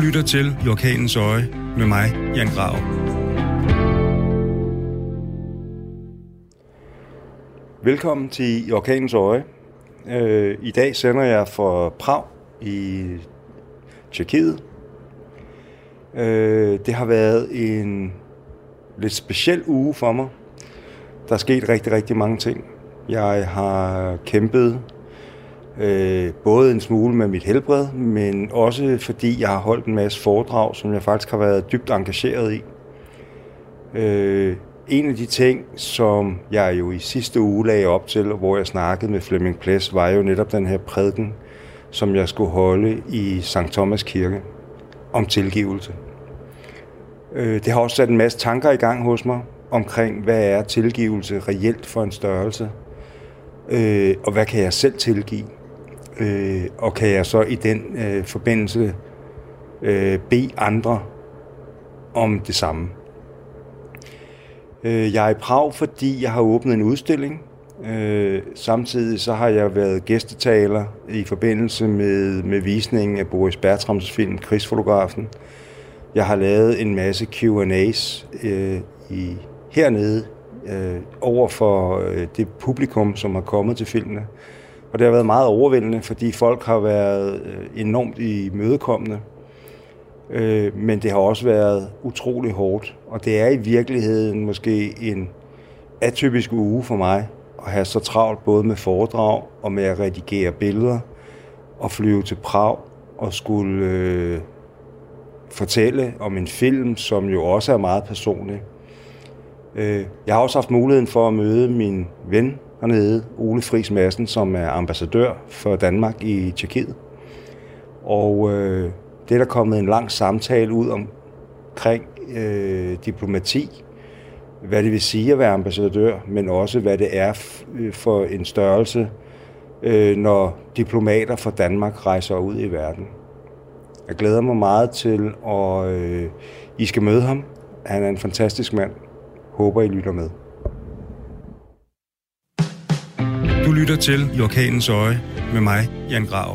lytter til I Orkanens Øje med mig, Jan Grav. Velkommen til I Orkanens Øje. I dag sender jeg fra Prag i Tjekkiet. Det har været en lidt speciel uge for mig. Der er sket rigtig, rigtig mange ting. Jeg har kæmpet både en smule med mit helbred, men også fordi jeg har holdt en masse foredrag, som jeg faktisk har været dybt engageret i. En af de ting, som jeg jo i sidste uge lagde op til, hvor jeg snakkede med Flemming Ples, var jo netop den her prædiken, som jeg skulle holde i Sankt Thomas Kirke om tilgivelse. Det har også sat en masse tanker i gang hos mig omkring, hvad er tilgivelse reelt for en størrelse, og hvad kan jeg selv tilgive, og kan jeg så i den forbindelse bede andre om det samme. Jeg er i Prag, fordi jeg har åbnet en udstilling. Samtidig så har jeg været gæstetaler i forbindelse med visningen af Boris Bertrams film Krigsfotografen. Jeg har lavet en masse Q&A's hernede over for det publikum, som har kommet til filmene. Og det har været meget overvældende, fordi folk har været enormt imødekommende. Men det har også været utrolig hårdt. Og det er i virkeligheden måske en atypisk uge for mig at have så travlt både med foredrag og med at redigere billeder og flyve til Prag og skulle fortælle om en film, som jo også er meget personlig. Jeg har også haft muligheden for at møde min ven hernede, Ole Friis Madsen, som er ambassadør for Danmark i Tjekkiet. Og det er der kommet en lang samtale ud omkring diplomati, hvad det vil sige at være ambassadør, men også hvad det er for en størrelse, når diplomater fra Danmark rejser ud i verden. Jeg glæder mig meget til, at I skal møde ham. Han er en fantastisk mand. Håber, I lytter med. Du lytter til I Orkanens Øje med mig, Jan Grav.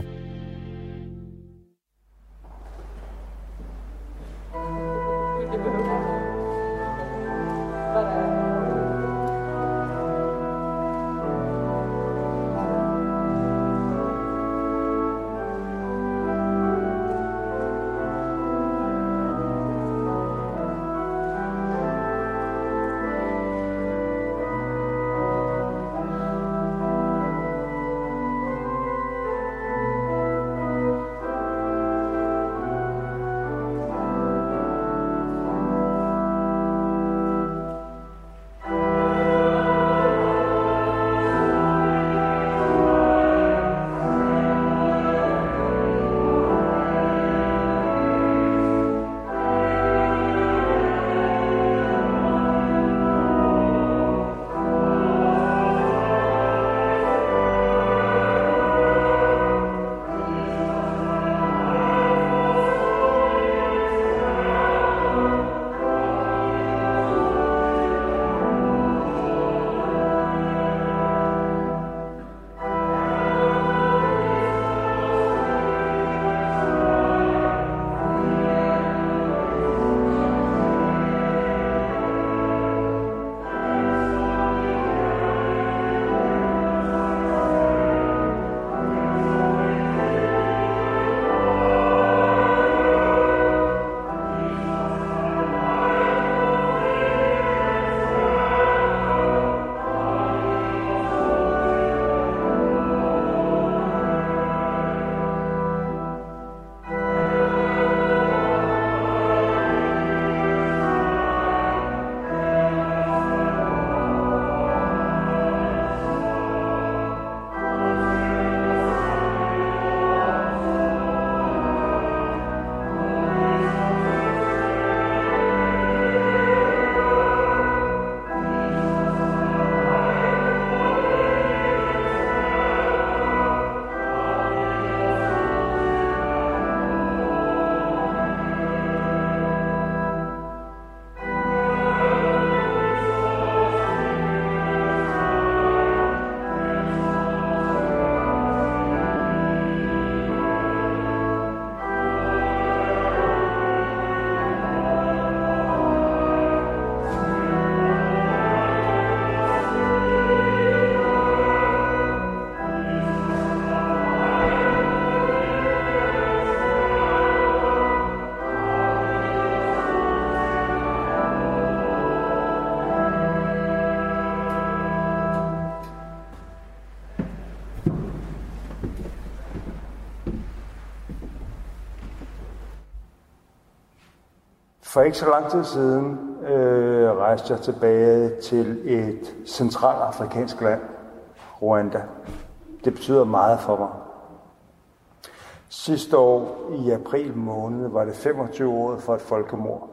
For ikke så lang tid siden rejste jeg tilbage til et centralafrikansk land, Rwanda. Det betyder meget for mig. Sidste år i april måned var det 25 år for et folkemord.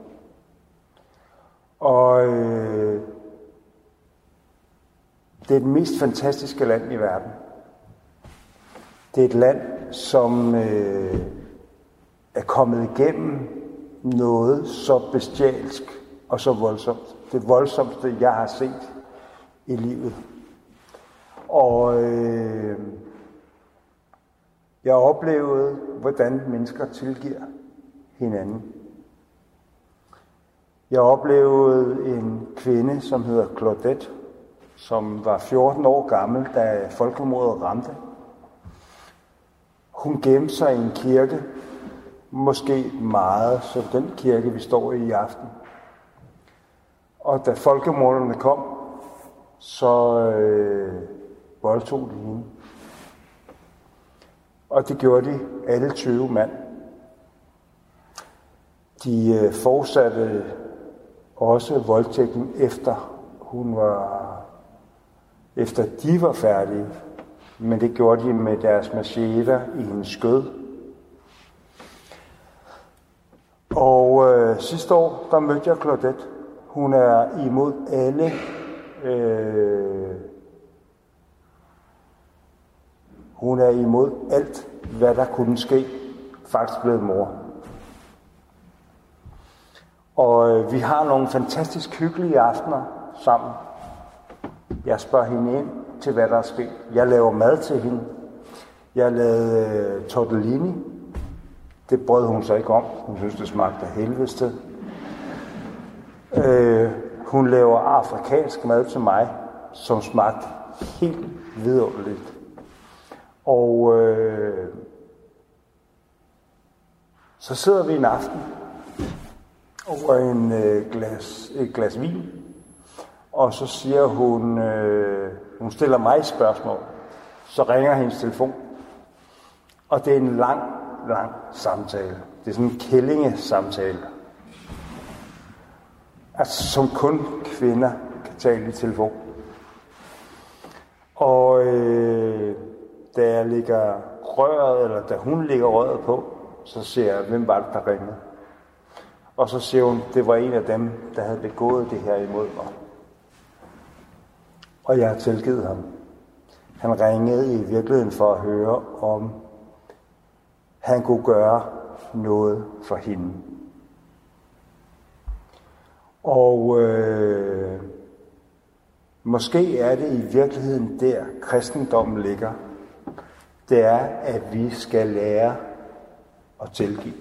Og det er det mest fantastiske land i verden. Det er et land, som er kommet igennem noget så bestialsk og så voldsomt. Det voldsomste, jeg har set i livet. Og jeg oplevede, hvordan mennesker tilgiver hinanden. Jeg oplevede en kvinde, som hedder Claudette, som var 14 år gammel, da folkemordet ramte. Hun gemte sig i en kirke, måske meget som den kirke, vi står i aften. Og da folkemorderne kom, så voldtog de hende. Og det gjorde de alle 20 mand. De fortsatte også voldtægten efter de var færdige. Men det gjorde de med deres macheter i hendes skød. Og sidste år, der mødte jeg Claudette. Hun er imod alle hun er imod alt, hvad der kunne ske. Faktisk blevet mor. Og vi har nogle fantastisk hyggelige aftener sammen. Jeg spørger hende ind til, hvad der er sket. Jeg laver mad til hende. Jeg lavede tortellini. Det brød hun sig ikke om. Hun synes, det smagte af helvedes til. Hun laver afrikansk mad til mig, som smagte helt vidunderligt. Og så sidder vi en aften over et glas vin, og så siger hun stiller mig et spørgsmål. Så ringer hendes telefon, og det er en lang samtale. Det er sådan en kællingesamtale. Altså, som kun kvinder kan tale i telefon. Og da hun lægger røret på, så siger jeg, hvem var det, der ringede? Og så siger hun, det var en af dem, der havde begået det her imod mig. Og jeg har tilgivet ham. Han ringede i virkeligheden for at høre, om han kunne gøre noget for hende. Og måske er det i virkeligheden der, kristendommen ligger. Det er, at vi skal lære at tilgive.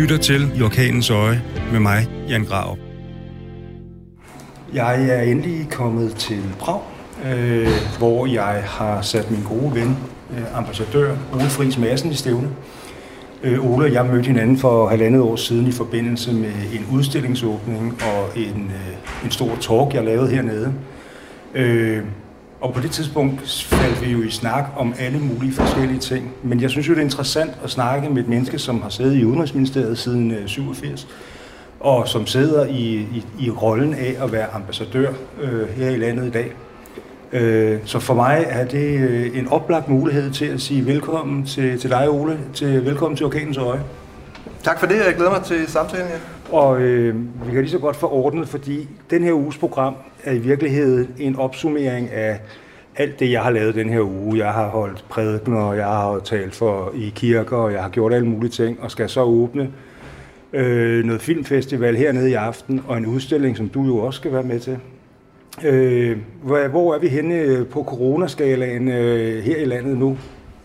lytter til I Orkanens Øje med mig, Jan Grav. Jeg er endelig kommet til Prag, hvor jeg har sat min gode ven, ambassadør Ole Friis Madsen i stævne. Ole og jeg mødte hinanden for 1,5 år siden i forbindelse med en udstillingsåbning og en stor talk, jeg lavede hernede. Og på det tidspunkt faldt vi jo i snak om alle mulige forskellige ting. Men jeg synes jo, det er interessant at snakke med et menneske, som har siddet i Udenrigsministeriet siden 87, og som sidder i rollen af at være ambassadør her i landet i dag. Så for mig er det en oplagt mulighed til at sige velkommen til dig, Ole. Velkommen til Orkanens Øje. Tak for det, jeg glæder mig til samtalen. Ja. Og vi kan lige så godt få ordnet, fordi den her uges program er i virkeligheden en opsummering af alt det, jeg har lavet den her uge. Jeg har holdt prædikener, jeg har talt for i kirker, og jeg har gjort alle mulige ting, og skal så åbne noget filmfestival hernede i aften, og en udstilling, som du jo også skal være med til. Hvor er vi henne på coronaskalaen her i landet nu?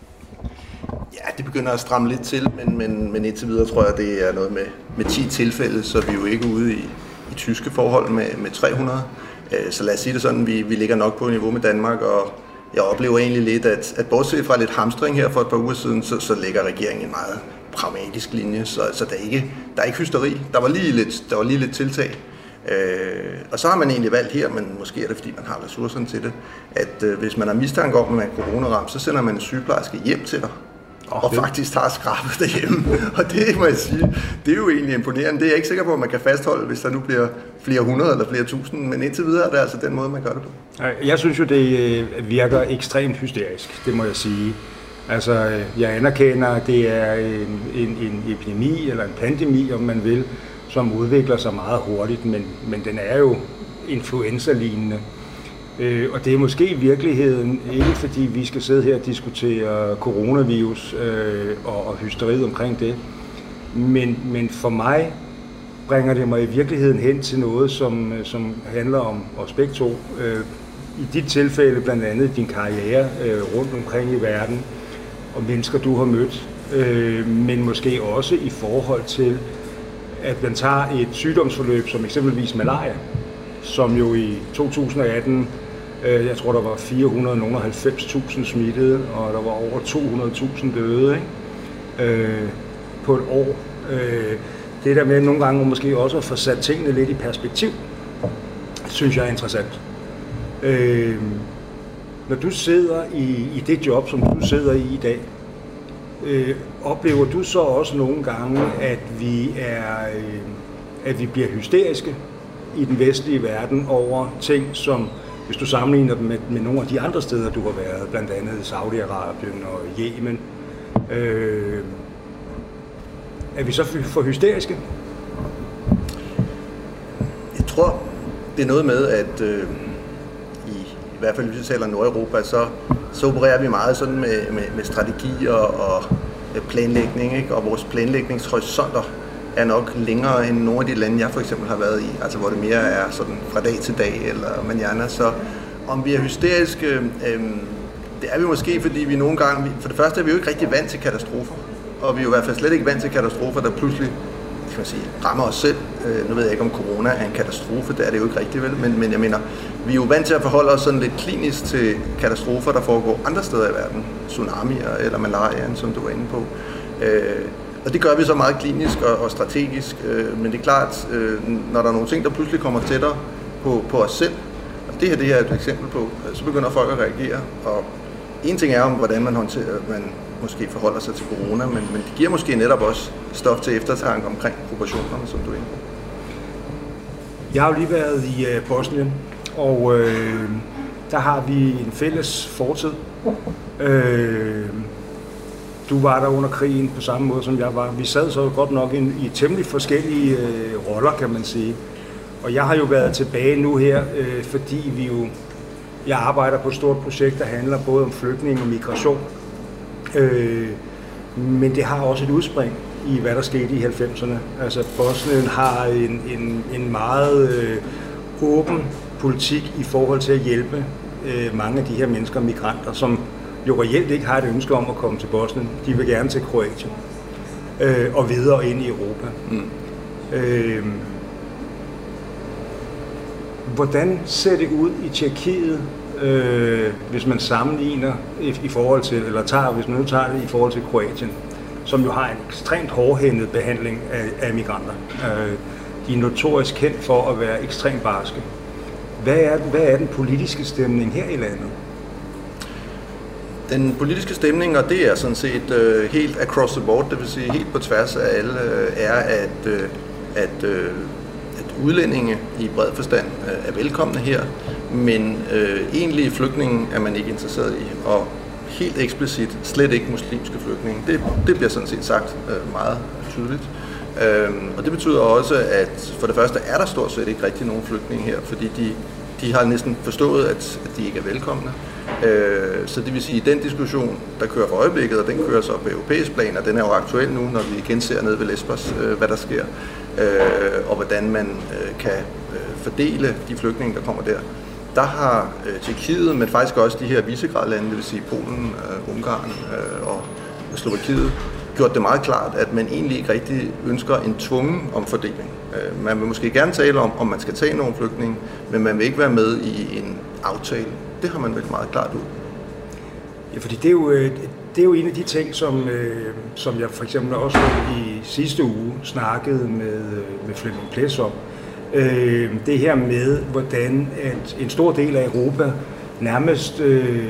Ja, det begynder at stramme lidt til, men indtil videre tror jeg, det er noget med 10 tilfælde, så vi er jo ikke ude i tyske forhold med 300. Så lad os sige det sådan, vi ligger nok på niveau med Danmark, og jeg oplever egentlig lidt, at bortset fra lidt hamstring her for et par uger siden, så lægger regeringen en meget pragmatisk linje, så der er ikke hysteri. Der var lige lidt tiltag. Og så har man egentlig valgt her, men måske er det fordi man har ressourcerne til det, at hvis man har mistanke om, at man er coronaramt, så sender man en sygeplejerske hjem til dig. Og faktisk tager skrabet derhjemme. Og det må jeg sige, det er jo egentlig imponerende. Det er jeg ikke sikker på, at man kan fastholde, hvis der nu bliver flere hundrede eller flere tusind. Men indtil videre er det altså den måde, man gør det på. Jeg synes jo, det virker ekstremt hysterisk, det må jeg sige. Altså, jeg anerkender, at det er en epidemi eller en pandemi, om man vil, som udvikler sig meget hurtigt, men den er jo influenza-lignende. Og det er måske i virkeligheden ikke, fordi vi skal sidde her og diskutere coronavirus og hysteriet omkring det, men for mig bringer det mig i virkeligheden hen til noget, som handler om os begge to. I dit tilfælde blandt andet din karriere rundt omkring i verden, og mennesker du har mødt, men måske også i forhold til, at man tager et sygdomsforløb som eksempelvis malaria, som jo i 2018, jeg tror der var 490.000 smittede, og der var over 200.000 døde, ikke? På et år. Det der med nogle gange måske også at få sat tingene lidt i perspektiv, synes jeg er interessant. Når du sidder i det job, som du sidder i dag, oplever du så også nogle gange, at vi bliver hysteriske i den vestlige verden over ting, som hvis du sammenligner dem med nogle af de andre steder, du har været, blandt andet Saudi-Arabien og Yemen, er vi så for hysteriske? Jeg tror, det er noget med, at i hvert fald hvis vi taler Nordeuropa, så opererer vi meget sådan med strategier og planlægning, ikke? Og vores planlægningshorisonter er nok længere end nogle af de lande, jeg for eksempel har været i, altså hvor det mere er sådan fra dag til dag eller manana. Så om vi er hysteriske, det er vi måske, fordi vi nogle gange, for det første er vi jo ikke rigtig vant til katastrofer, og vi er jo i hvert fald slet ikke vant til katastrofer, der pludselig kan man sige, rammer os selv. Nu ved jeg ikke, om corona er en katastrofe, det er det jo ikke rigtigt vel, men jeg mener, vi er jo vant til at forholde os sådan lidt klinisk til katastrofer, der foregår andre steder i verden, tsunamier eller malariaen, som du var inde på. Og det gør vi så meget klinisk og strategisk, men det er klart, når der er nogle ting, der pludselig kommer tættere på os selv, og det her er et eksempel på, så begynder folk at reagere. Og en ting er om, hvordan man måske forholder sig til corona, men det giver måske netop også stof til eftertanke omkring proportionerne, som du er inde på. Jeg har jo lige været i Bosnien, og der har vi en fælles fortid. Du var der under krigen på samme måde, som jeg var. Vi sad så godt nok i temmelig forskellige roller, kan man sige. Og jeg har jo været tilbage nu her, fordi jeg arbejder på et stort projekt, der handler både om flygtning og migration. Men det har også et udspring i, hvad der skete i 90'erne. Altså Bosnien har en meget åben politik i forhold til at hjælpe mange af de her mennesker, migranter, som jo reelt ikke har et ønske om at komme til Bosnien. De vil gerne til Kroatien. og videre ind i Europa. Hvordan ser det ud i Tjekkiet, hvis man sammenligner i forhold til, hvis man nu tager det i forhold til Kroatien, som jo har en ekstremt hårdhændet behandling af migranter. De er notorisk kendt for at være ekstremt barske. Hvad er den politiske stemning her i landet? Den politiske stemning, og det er sådan set helt across the board, det vil sige helt på tværs af alle, er at udlændinge i bred forstand er velkomne her, men egentlige flygtninge er man ikke interesseret i, og helt eksplicit slet ikke muslimske flygtninge. Det bliver sådan set sagt meget tydeligt. Og det betyder også, at for det første er der stort set ikke rigtig nogen flygtninge her, fordi de har næsten forstået, at de ikke er velkomne. Så det vil sige, at den diskussion, der kører for øjeblikket, og den kører så på europæisk plan, og den er jo aktuel nu, når vi igen ser ned ved Lesbos, hvad der sker, og hvordan man kan fordele de flygtninge, der kommer der. Der har Tjekkiet, men faktisk også de her Visegrad-lande, det vil sige Polen, Ungarn og Slovakiet, gjort det meget klart, at man egentlig ikke rigtig ønsker en tvungen omfordeling. Man vil måske gerne tale om man skal tage nogle flygtninge, men man vil ikke være med i en aftale. Det har man vel meget klart ud. Ja, fordi det er jo en af de ting, som jeg for eksempel også i sidste uge snakkede med Flemming Pless om. Det her med, hvordan at en stor del af Europa nærmest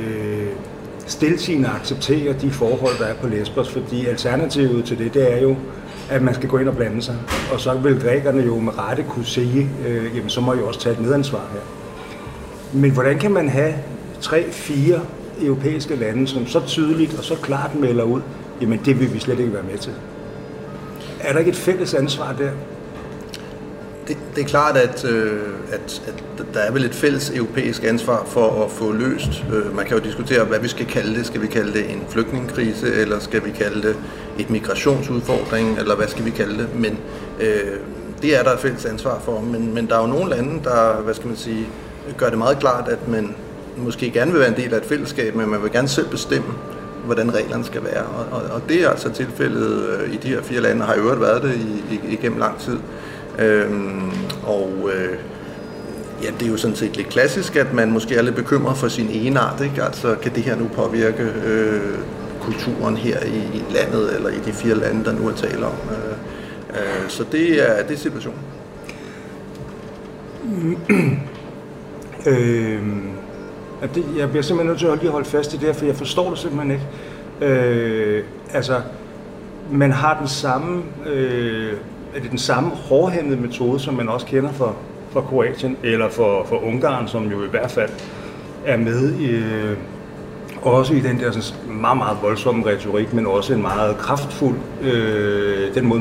stiltiende accepterer de forhold, der er på Lesbos, fordi alternativet til det er jo, at man skal gå ind og blande sig. Og så vil grækerne jo med rette kunne sige, jamen så må I også tage et medansvar her. Men hvordan kan man have 3-4 europæiske lande, som så tydeligt og så klart melder ud, jamen det vil vi slet ikke være med til? Er der ikke et fælles ansvar der? Det er klart, at der er vel et fælles europæisk ansvar for at få løst. Man kan jo diskutere, hvad vi skal kalde det. Skal vi kalde det en flygtningekrise, eller skal vi kalde det et migrationsudfordring, eller hvad skal vi kalde det? Men det er der et fælles ansvar for. Men der er jo nogle lande, der, gør det meget klart, at man måske gerne vil være en del af et fællesskab, men man vil gerne selv bestemme, hvordan reglerne skal være. Og det er altså tilfældet i de her 4 lande, har i øvrigt været det igennem lang tid. Det er jo sådan set lidt klassisk, at man måske er lidt bekymret for sin egenart, ikke? Altså, kan det her nu påvirke kulturen her i landet, eller i de 4 lande, der nu er tale om? Så det er situationen. Jeg bliver simpelthen nødt til at lige holde fast i det her, for jeg forstår det simpelthen ikke. Man har den samme... Er det den samme hårdhændede metode, som man også kender fra Kroatien, eller for Ungarn, som jo i hvert fald er med også i den der sådan, meget, meget voldsomme retorik, men også en meget kraftfuld, den måde,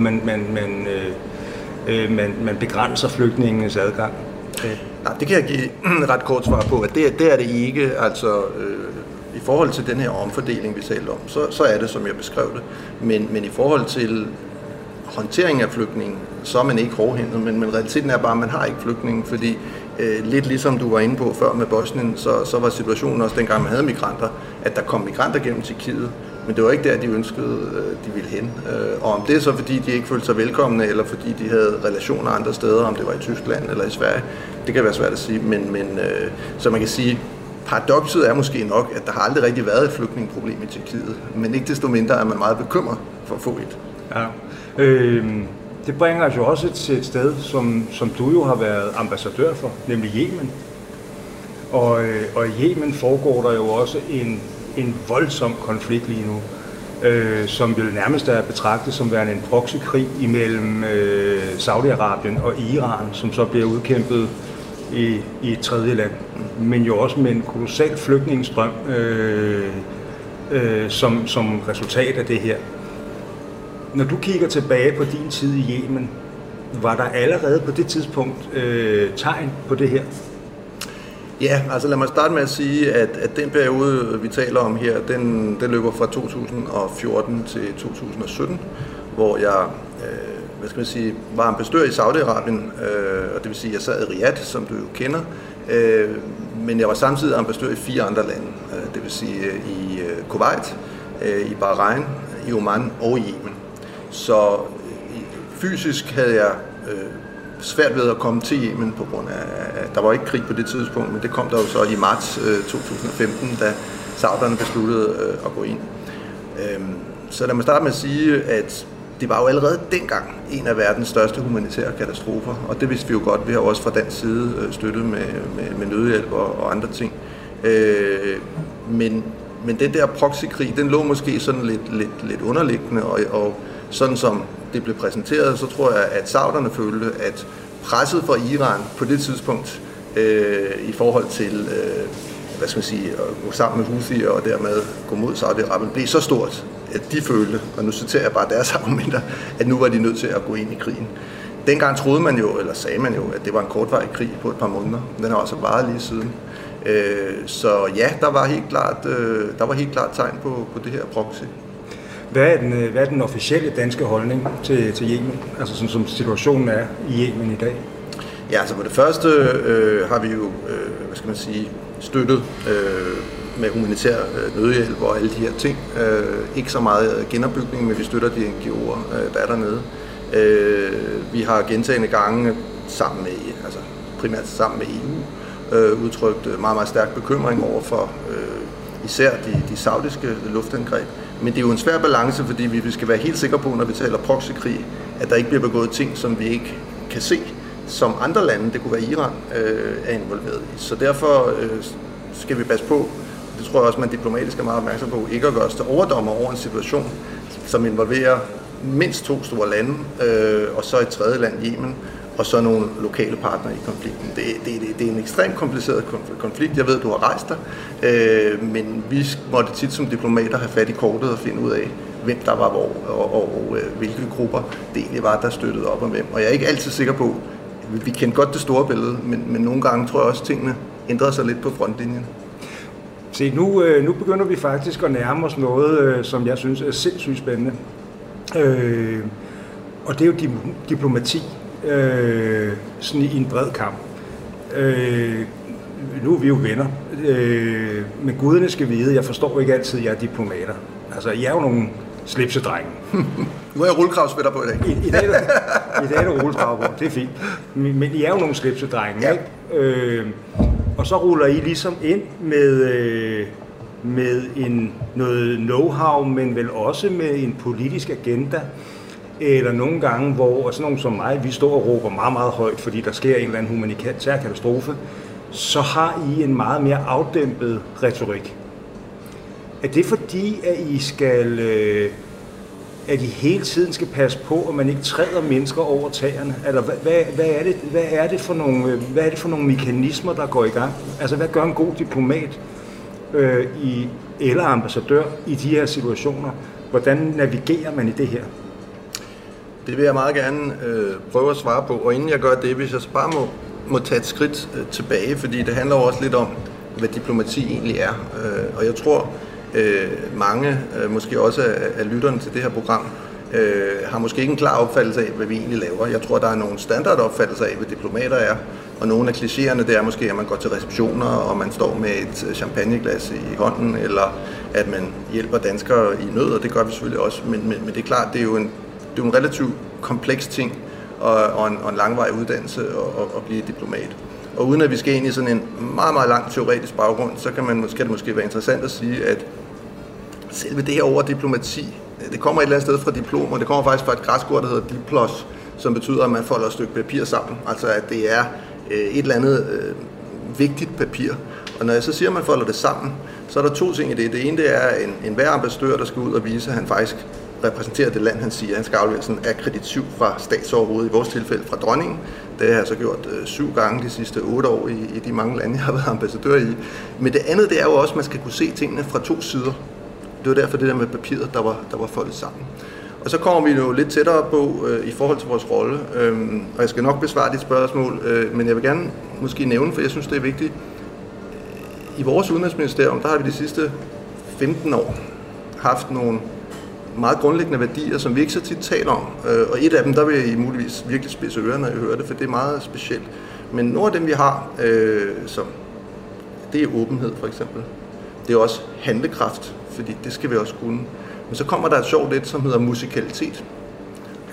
man begrænser flygtningenes adgang. Nej, det kan jeg give ret kort svar på, at det er det ikke. Altså, i forhold til den her omfordeling, vi talte om, så er det, som jeg beskrev det. Men i forhold til håndtering af flygtninge, så er man ikke hårdhændet, men realiteten er bare, at man har ikke flygtninge, fordi lidt ligesom du var inde på før med Bosnien, så var situationen også dengang, man havde migranter, at der kom migranter gennem Tjekkiet, men det var ikke der, de ønskede, de ville hen. Og om det er så, fordi de ikke følte sig velkomne, eller fordi de havde relationer andre steder, om det var i Tyskland eller i Sverige, det kan være svært at sige, men så man kan sige, paradokset er måske nok, at der har aldrig rigtig været et flygtningeproblem i Tjekkiet, men ikke desto mindre er man meget bekymret for at få et. Ja. Det bringer os jo også til et sted, som du jo har været ambassadør for, nemlig Yemen. Og i Yemen foregår der jo også en voldsom konflikt lige nu, som vil nærmest er betragtet som værende en proxykrig imellem Saudi-Arabien og Iran, som så bliver udkæmpet i et tredje land, men jo også med en kolossal flygtningestrøm som resultat af det her. Når du kigger tilbage på din tid i Yemen, var der allerede på det tidspunkt tegn på det her? Ja, altså lad mig starte med at sige, at den periode, vi taler om her, den løber fra 2014 til 2017, hvor jeg var ambassadør i Saudi-Arabien, og det vil sige, at jeg sad i Riyadh, som du jo kender, men jeg var samtidig ambassadør i 4 andre lande, det vil sige i Kuwait, i Bahrain, i Oman og i Yemen. Så fysisk havde jeg svært ved at komme til Yemen på grund af, der var ikke krig på det tidspunkt, men det kom der jo så i marts 2015, da sauderne besluttede at gå ind. Så lad mig starte med at sige, at det var jo allerede dengang en af verdens største humanitære katastrofer, og det vidste vi jo godt. Vi har også fra dansk side støttet med nødhjælp og andre ting. Men den der proxykrig, den lå måske sådan lidt underliggende, og sådan som det blev præsenteret, så tror jeg, at sauderne følte, at presset fra Iran på det tidspunkt i forhold til hvad skal man sige, at gå sammen med Houthi og dermed gå mod Saudi-Arabien, blev så stort, at de følte, og nu citerer jeg bare deres argumenter, at nu var de nødt til at gå ind i krigen. Dengang troede man jo, eller sagde man jo, at det var en kortvarig krig på et par måneder. Den har også varet lige siden. Så ja, der var helt klart tegn på det her proxy. Hvad er den officielle danske holdning til Yemen? Altså sådan som situationen er i Yemen i dag? Ja, altså på det første har vi jo, hvad skal man sige, støttet med humanitær nødhjælp og alle de her ting. Ikke så meget genopbygning, men vi støtter de NGO'er, der er dernede. Vi har gentagne gange sammen med, altså primært sammen med EU, udtrykt meget, meget stærk bekymring over for især de saudiske luftangreb. Men det er jo en svær balance, fordi vi skal være helt sikre på, når vi taler proxykrig, at der ikke bliver begået ting, som vi ikke kan se, som andre lande, det kunne være Iran, er involveret i. Så derfor skal vi passe på, det tror jeg også, man diplomatisk er meget opmærksom på, ikke at gøre os til overdommer over en situation, som involverer mindst 2 store lande, og så et tredje land, Yemen, og så nogle lokale partnere i konflikten. Det er en ekstremt kompliceret konflikt. Jeg ved, du har rejst dig, men vi måtte tit som diplomater have fat i kortet og finde ud af, hvem der var hvor, og hvilke grupper det egentlig var, der støttede op om hvem. Og jeg er ikke altid sikker på, vi kendte godt det store billede, men nogle gange tror jeg også, at tingene ændrer sig lidt på frontlinjen. Se, nu begynder vi faktisk at nærme os noget, som jeg synes er sindssygt spændende. Og det er jo diplomati, sådan i en bred kamp. Nu er vi jo venner, men guderne skal vide, jeg forstår ikke altid, at jeg er diplomater. Altså, jeg er jo nogle slipsedrenge. Nu har jeg rullekravsvætter på i dag. I dag er der rullekrav på, det er fint. Men I er jo nogle slipsedrenge, ja. Ikke? Og så ruller I ligesom ind med noget know-how, men vel også med en politisk agenda, eller nogle gange, hvor sådan nogen som mig, vi står og råber meget, meget højt, fordi der sker en eller anden humanitær katastrofe, så har I en meget mere afdæmpet retorik. Er det fordi, at I hele tiden skal passe på, at man ikke træder mennesker over tæerne? Eller hvad er det for nogle mekanismer, der går i gang? Altså, hvad gør en god diplomat eller ambassadør i de her situationer? Hvordan navigerer man i det her? Det vil jeg meget gerne prøve at svare på. Og inden jeg gør det, hvis jeg så bare må tage et skridt tilbage, fordi det handler også lidt om, hvad diplomati egentlig er. Og jeg tror, mange, måske også af lytterne til det her program, har måske ikke en klar opfattelse af, hvad vi egentlig laver. Jeg tror, der er nogle standardopfattelser af, hvad diplomater er, og nogle af klichéerne, det er måske, at man går til receptioner, og man står med et champagneglas i hånden, eller at man hjælper danskere i nød, og det gør vi selvfølgelig også. Men det er klart, det er jo en relativt kompleks ting, og en langvarig uddannelse at blive diplomat. Og uden at vi skal ind i sådan en meget, meget lang teoretisk baggrund, så kan det måske være interessant at sige, at selve det her ord diplomati, det kommer et eller andet sted fra diplom, og det kommer faktisk fra et græsk ord, der hedder diplos, som betyder, at man folder et stykke papir sammen. Altså at det er et eller andet vigtigt papir. Og når jeg så siger, at man folder det sammen, så er der 2 ting i det. Det ene det er en hver ambassadør, der skal ud og vise, at han faktisk repræsenterer det land, han siger. Han skal aflevere sådan akkreditiv fra statsoverhovedet, i vores tilfælde fra dronningen. Det har jeg så gjort 7 gange de sidste 8 år i de mange lande, jeg har været ambassadør i. Men det andet, det er jo også, at man skal kunne se tingene fra 2 sider. Det var derfor det der med papiret, der var foldet sammen. Og så kommer vi jo lidt tættere på i forhold til vores rolle. Og jeg skal nok besvare dit spørgsmål, men jeg vil gerne måske nævne, for jeg synes, det er vigtigt. I vores udenrigsministerium, der har vi de sidste 15 år haft nogle meget grundlæggende værdier, som vi ikke så tit taler om. Og et af dem, der vil I muligvis virkelig spidse ørerne, når I hører det, for det er meget specielt. Men nogle af dem, vi har, det er åbenhed for eksempel. Det er også handlekraft, fordi det skal vi også kunne. Men så kommer der et sjovt et, som hedder musikalitet.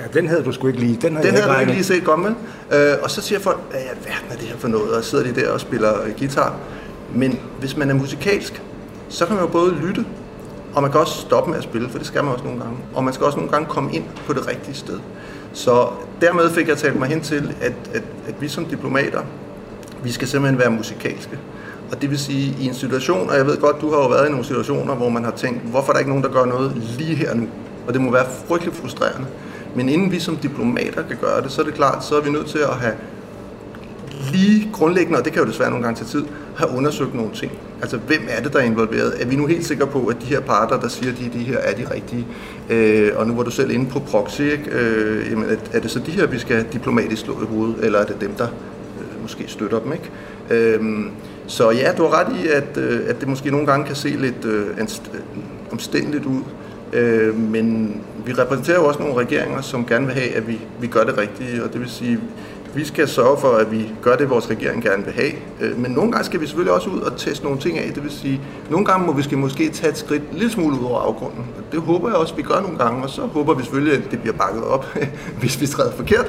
Ja, den havde du sgu ikke lige. Den havde du ikke lige set komme. Og så siger folk, hvad er det her for noget? Og sidder de der og spiller guitar. Men hvis man er musikalsk, så kan man jo både lytte, og man kan også stoppe med at spille, for det skal man også nogle gange. Og man skal også nogle gange komme ind på det rigtige sted. Så dermed fik jeg talt mig hen til, at vi som diplomater, vi skal simpelthen være musikalske. Og det vil sige, i en situation, og jeg ved godt, du har jo været i nogle situationer, hvor man har tænkt, hvorfor er der ikke nogen, der gør noget lige her nu? Og det må være frygtelig frustrerende. Men inden vi som diplomater kan gøre det, så er det klart, så er vi nødt til at have lige grundlæggende, og det kan jo desværre nogle gange tage tid, have undersøgt nogle ting. Altså, hvem er det, der er involveret? Er vi nu helt sikre på, at de her parter, der siger, at de her er de rigtige? Og nu var du selv inde på proxy, ikke? Jamen, er det så de her, vi skal diplomatisk slå i hovedet, eller er det dem, der måske støtter dem, ikke? Så ja, du har ret i, at det måske nogle gange kan se lidt omstændeligt ud. Men vi repræsenterer jo også nogle regeringer, som gerne vil have, at vi gør det rigtige, og det vil sige, vi skal sørge for, at vi gør det, vores regering gerne vil have. Men nogle gange skal vi selvfølgelig også ud og teste nogle ting af. Det vil sige, nogle gange må vi måske tage et skridt lidt smule ud over afgrunden. Det håber jeg også, vi gør nogle gange, og så håber vi selvfølgelig, at det bliver bakket op, hvis vi træder forkert.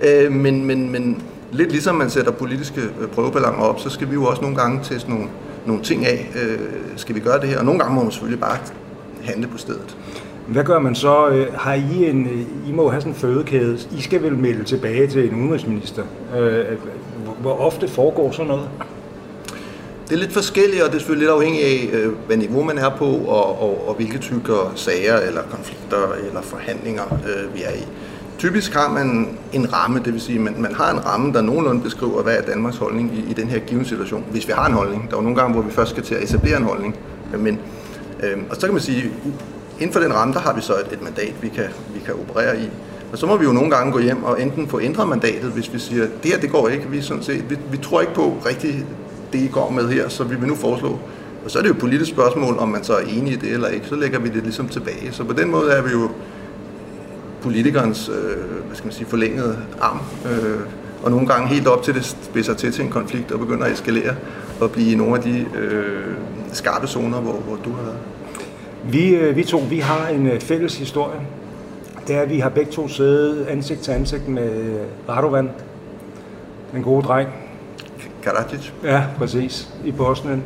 Men lidt ligesom man sætter politiske prøveballoner op, så skal vi jo også nogle gange teste nogle ting af. Skal vi gøre det her? Og nogle gange må man selvfølgelig bare handle på stedet. Hvad gør man så? Har I må have sådan en fødekæde. I skal vel melde tilbage til en udenrigsminister. Hvor ofte foregår sådan noget? Det er lidt forskelligt, og det er selvfølgelig lidt afhængigt af, hvad niveau man er på, og hvilke typer sager, eller konflikter, eller forhandlinger vi er i. Typisk har man en ramme, det vil sige, at man har en ramme, der nogenlunde beskriver, hvad er Danmarks holdning i den her givne situation, hvis vi har en holdning. Der er jo nogle gange, hvor vi først skal til at etablere en holdning. Og så kan man sige, inden for den ramme, der har vi så et mandat, vi kan operere i. Og så må vi jo nogle gange gå hjem og enten få ændret mandatet, hvis vi siger, det her, det går ikke. Vi tror ikke på rigtigt, det I går med her, så vi vil nu foreslå. Og så er det jo et politisk spørgsmål, om man så er enig i det eller ikke. Så lægger vi det ligesom tilbage. Så på den måde er vi jo politikernes forlængede arm. Og nogle gange helt op til det spidser til en konflikt og begynder at eskalere og blive nogle af de skarpe zoner, hvor du har været. Vi har en fælles historie. Det er, at vi har begge to siddet ansigt til ansigt med Radovan, den gode dreng. Karadzic. Ja, præcis, i Bosnien.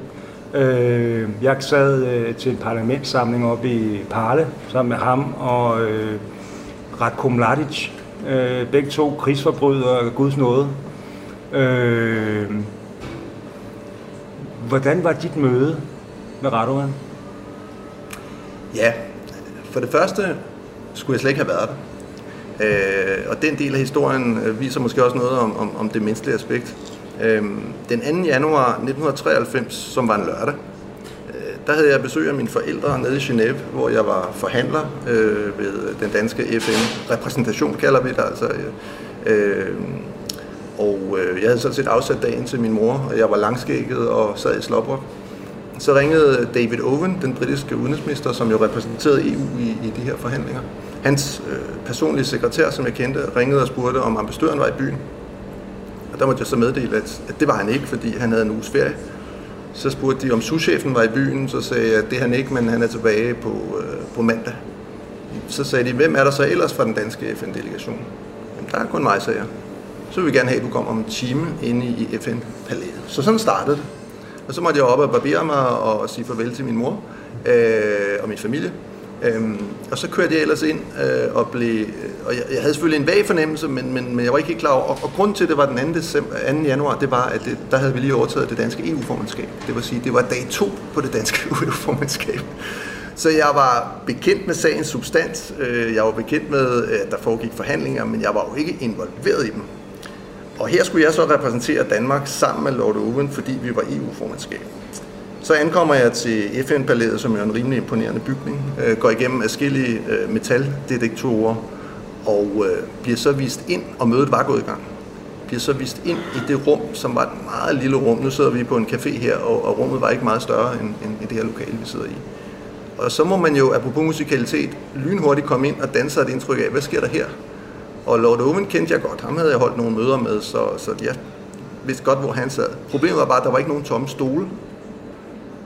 Jeg sad til en parlamentssamling oppe i Parle sammen med ham og Ratko Mladic. Begge to krigsforbrydere, Guds nåde. Hvordan var dit møde med Radovan? Ja, for det første skulle jeg slet ikke have været der. Og den del af historien viser måske også noget om det menneskelige aspekt. Den 2. januar 1993, som var en lørdag, der havde jeg besøg af mine forældre nede i Genève, hvor jeg var forhandler ved den danske FN-repræsentation, kalder vi det altså. Jeg havde sådan set afsat dagen til min mor, og jeg var langskægget og sad i Slåbrok. Så ringede David Owen, den britiske udenrigsminister, som jo repræsenterede EU i de her forhandlinger. Hans personlige sekretær, som jeg kendte, ringede og spurgte, om ambassadøren var i byen. Og der måtte jeg så meddele, at det var han ikke, fordi han havde en uges ferie. Så spurgte de, om souschefen var i byen, så sagde jeg, at det er han ikke, men han er tilbage på mandag. Så sagde de, hvem er der så ellers fra den danske FN-delegation? Jamen, der er kun mig, sagde jeg. Så vil vi gerne have, at du kommer om en time inde i FN-palæet. Så sådan startede det. Og så måtte jeg op og barbere mig og sige farvel til min mor og min familie. Og så kørte jeg ellers ind og jeg havde selvfølgelig en vag fornemmelse, men jeg var ikke helt klar over. Og grunden til, det var den 2. januar, det var, at der havde vi lige overtaget det danske EU-formandskab. Det vil sige, det var dag 2 på det danske EU-formandskab. Så jeg var bekendt med sagens substans. Jeg var bekendt med, at der foregik forhandlinger, men jeg var jo ikke involveret i dem. Og her skulle jeg så repræsentere Danmark sammen med Lord Owen, fordi vi var EU-formandskab. Så ankommer jeg til FN-palæet, som er en rimelig imponerende bygning, går igennem adskillige metaldetektorer og bliver så vist ind, og mødet var gået i gang. Bliver så vist ind i det rum, som var et meget lille rum. Nu sidder vi på en café her, og rummet var ikke meget større end det her lokale, vi sidder i. Og så må man jo, apropos musikalitet, lynhurtigt komme ind og danse et indtryk af, hvad sker der her? Og Lord Owen kendte jeg godt. Ham havde jeg holdt nogle møder med, så jeg vidste godt, hvor han sad. Problemet var bare, at der var ikke nogen tomme stole.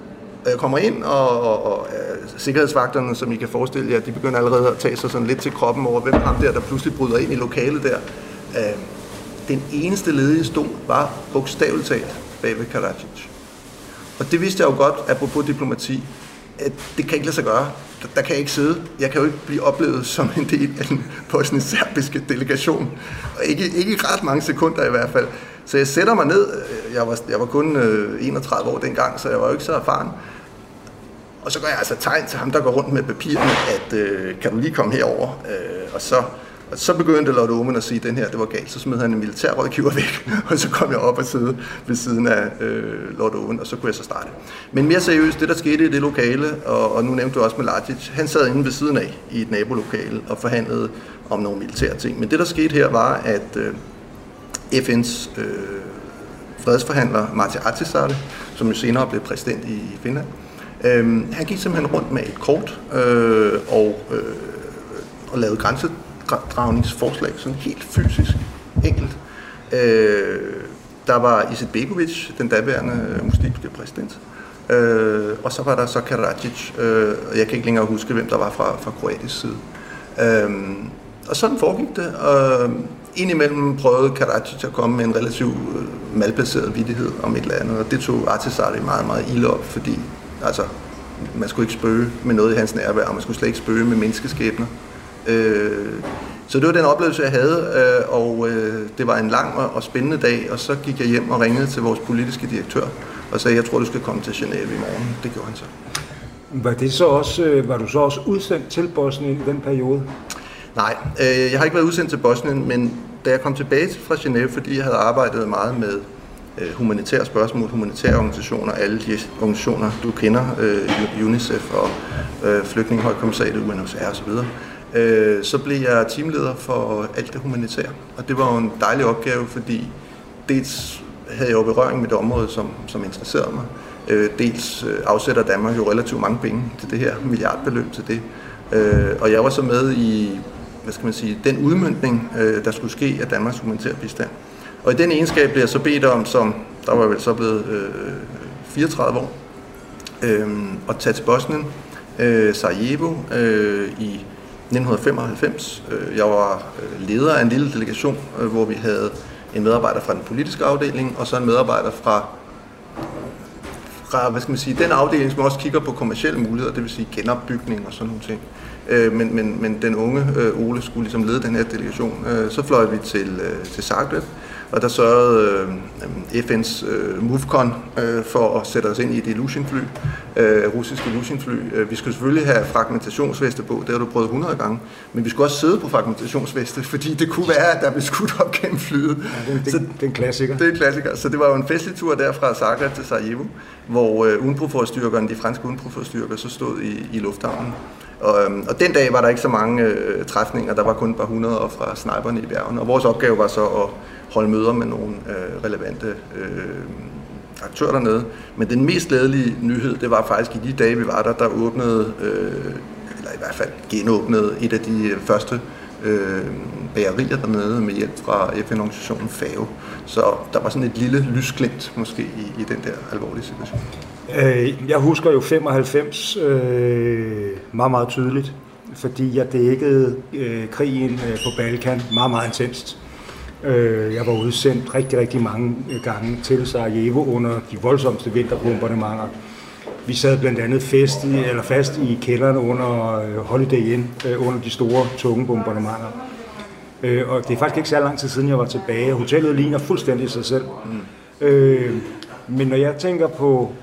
Og jeg kommer ind, og sikkerhedsvagterne, som I kan forestille jer, de begynder allerede at tage sig sådan lidt til kroppen over, hvem ham der pludselig bryder ind i lokalet der. Den eneste ledige stol var bogstaveligt talt bag ved Karadzic. Og det vidste jeg jo godt, apropos diplomati, at det kan ikke lade sig gøre. Der kan jeg ikke sidde. Jeg kan jo ikke blive oplevet som en del af den bosnisk-serbiske delegation. Og ikke ret mange sekunder i hvert fald. Så jeg sætter mig ned. Jeg var kun 31 år dengang, så jeg var jo ikke så erfaren. Og så gør jeg altså tegn til ham, der går rundt med papirerne, at kan du lige komme herover? Og så begyndte Lord Omen at sige, at den her, det var galt. Så smed han en militærrådgiver væk, og så kom jeg op og sidde ved siden af Lord Omen, og så kunne jeg så starte. Men mere seriøst, det der skete i det lokale, og nu nævnte du også Mladic, han sad inde ved siden af i et nabolokale og forhandlede om nogle militære ting. Men det der skete her var, at FN's fredsforhandler Martti Ahtisaari, som jo senere blev præsident i Finland, han gik simpelthen rundt med et kort og lavede grænsedragningsforslag, sådan helt fysisk, enkelt. Der var Izetbegovic, den daværende muslimske præsident, og så var der så Karadzic, og jeg kan ikke længere huske, hvem der var fra kroatisk side. Og sådan foregik det, og indimellem prøvede Karadzic at komme med en relativt malplaceret vittighed om et eller andet, og det tog Ahtisaari meget, meget ilde op, fordi altså, man skulle ikke spøge med noget i hans nærvær, og man skulle slet ikke spøge med menneskeskæbner. Så det var den oplevelse, jeg havde, og det var en lang og spændende dag, og så gik jeg hjem og ringede til vores politiske direktør og sagde, jeg tror, du skal komme til Genève i morgen. Det gjorde han så. Var du så også udsendt til Bosnien i den periode? Nej, jeg har ikke været udsendt til Bosnien, men da jeg kom tilbage fra Genève, fordi jeg havde arbejdet meget med humanitære spørgsmål, humanitære organisationer, alle de organisationer, du kender, UNICEF og Flygtningehøjkommissariatet, UNHCR osv., så blev jeg teamleder for alt det humanitære. Og det var jo en dejlig opgave, fordi dels havde jeg jo berøring med det område, som interesserede mig. Dels afsætter Danmark jo relativt mange penge til det her, milliardbeløb til det. Og jeg var så med i, den udmøntning, der skulle ske af Danmarks humanitære bistand. Og i den egenskab blev jeg så bedt om, som der var vel så blevet 34 år, at tage til Bosnien, Sarajevo, i 1995. Jeg var leder af en lille delegation, hvor vi havde en medarbejder fra den politiske afdeling, og så en medarbejder fra den afdeling, som også kigger på kommercielle muligheder, det vil sige genopbygning og sådan nogle ting. Men den unge Ole skulle ligesom lede den her delegation. Så fløj vi til Zagreb, og der sørgede FN's MOVCON for at sætte os ind i et Ilyushin-fly, russiske Ilyushin-fly. Vi skulle selvfølgelig have fragmentationsveste på, det har du prøvet 100 gange, men vi skulle også sidde på fragmentationsveste, fordi det kunne være, at der blev skudt op gennem flyet. Ja, det er en klassiker. Det er en klassiker, så det var jo en festlig tur der fra Zagreb til Sarajevo, hvor UNPROFOR-styrkerne, de franske UNPROFOR-styrker, så stod i lufthavnen. Og den dag var der ikke så mange træfninger, der var kun et par hundrede fra sniperne i bjergene, og vores opgave var så at holde møder med nogle relevante aktører dernede. Men den mest glædelige nyhed, det var faktisk i de dage, vi var der åbnede, eller i hvert fald genåbnede et af de første bagerier dernede med hjælp fra FN-organisationen FAO. Så der var sådan et lille lysglimt måske i den der alvorlige situation. Jeg husker jo 95 meget, meget tydeligt, fordi jeg dækkede krigen på Balkan meget, meget intenst. Jeg var udsendt rigtig, rigtig mange gange til Sarajevo under de voldsomste vinterbombardementer. Vi sad blandt andet fast i kælderne under Holiday Inn, under de store, tunge bombardementer. Og det er faktisk ikke så lang tid siden, jeg var tilbage. Hotellet ligner fuldstændig sig selv. Men når jeg tænker på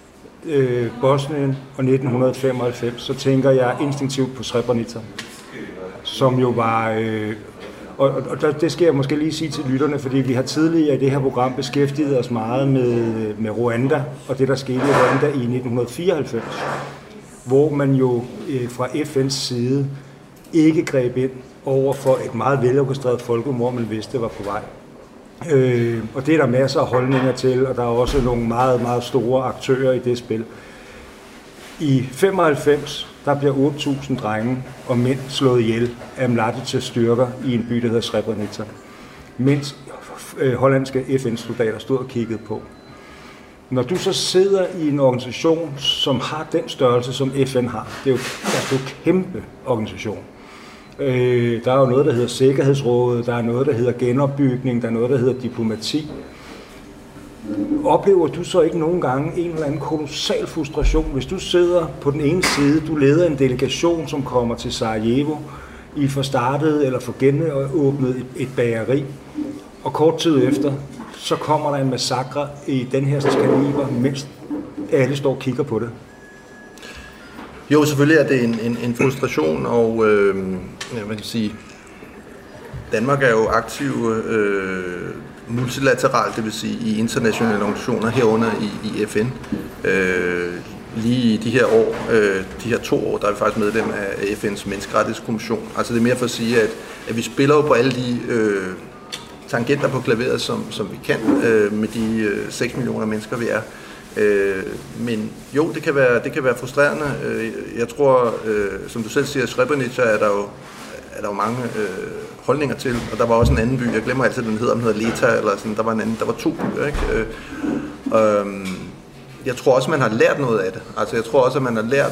Bosnien og 1995, så tænker jeg instinktivt på Srebrenica, som jo var... Og det skal jeg måske lige sige til lytterne, fordi vi har tidligere i det her program beskæftiget os meget med Rwanda, og det der skete i Rwanda i 1994, hvor man jo fra FN's side ikke greb ind over for et meget velorkestreret folkemord, man vidste var på vej. Og det er der masser af holdninger til, og der er også nogle meget, meget store aktører i det spil. I 95 der bliver 8.000 drenge og mænd slået ihjel af Mladic's styrker i en by, der hedder Srebrenica, mens hollandske FN-soldater stod og kiggede på. Når du så sidder i en organisation, som har den størrelse, som FN har, det er jo en kæmpe organisation. Der er jo noget, der hedder Sikkerhedsrådet, der er noget, der hedder genopbygning, der er noget, der hedder diplomati. Oplever du så ikke nogen gange en eller anden kolossal frustration, hvis du sidder på den ene side, du leder en delegation, som kommer til Sarajevo, I får startet eller får genåbnet et bageri, og kort tid efter, så kommer der en massakre i den her kaliber, mens alle står og kigger på det? Jo, selvfølgelig er det en frustration, og man kan sige, Danmark er jo aktiv multilateralt, det vil sige i internationale organisationer herunder i FN. Lige i de her år, de her 2 år, der er vi faktisk medlem af FN's menneskerettighedskommission. Altså det er mere for at sige, at vi spiller jo på alle de tangenter på klaveret, som vi kan, med de 6 millioner mennesker, vi er. Men jo, det kan være frustrerende. Jeg tror, som du selv siger, Srebrenica er der jo mange holdninger til, og der var også en anden by, jeg glemmer altid, den hedder Leta, eller sådan, der var 2 byer, ikke? Jeg tror også, man har lært noget af det. Altså, jeg tror også, at man har lært,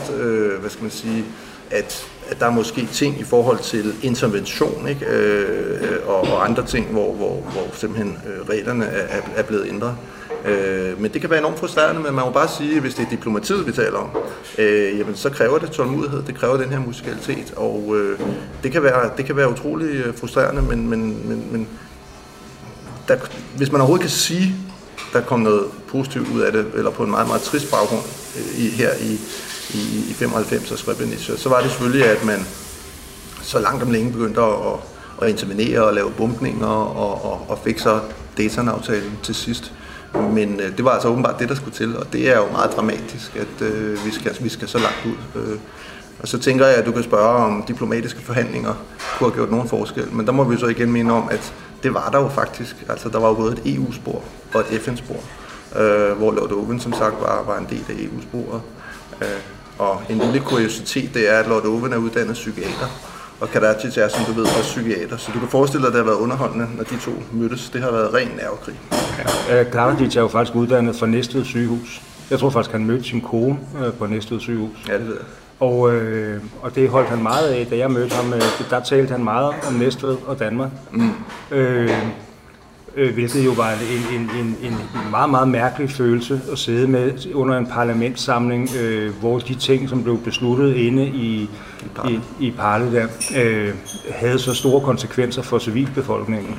at der er måske ting i forhold til intervention, ikke? Og andre ting, hvor simpelthen reglerne er blevet ændret. Men det kan være enormt frustrerende, men man må bare sige, at hvis det er diplomatiet, vi taler om, jamen, så kræver det tålmodighed, det kræver den her musikalitet, og det kan være utrolig frustrerende, men hvis man overhovedet kan sige, der kom noget positivt ud af det, eller på en meget, meget trist baggrund her i 95 og Srebrenica, så var det selvfølgelig, at man så langt om længe begyndte at intervenere og lave bombninger og fik så Dayton-aftalen til sidst. Men det var altså åbenbart det, der skulle til, og det er jo meget dramatisk, at vi skal så langt ud. Og så tænker jeg, at du kan spørge, om diplomatiske forhandlinger kunne have gjort nogen forskel, men der må vi så igen mene om, at det var der jo faktisk. Altså, der var jo både et EU-spor og et FN-spor, hvor Lord Owen som sagt var en del af EU-sporet. Og en lille kuriositet, det er, at Lord Owen er uddannet psykiater, og Karadzic er, som du ved, også psykiater. Så du kan forestille dig, at det har været underholdende, når de 2 mødtes. Det har været ren nervekrig. Ja, Karadzic er jo faktisk uddannet fra Næstved sygehus. Jeg tror faktisk, han mødte sin kone på Næstved sygehus. Ja, det ved jeg. Og det holdt han meget af, da jeg mødte ham. Der talte han meget om Næstved og Danmark. Hvilket jo var en meget, meget mærkelig følelse at sidde med under en parlamentssamling, hvor de ting, som blev besluttet inde i Parle der, havde så store konsekvenser for civilbefolkningen.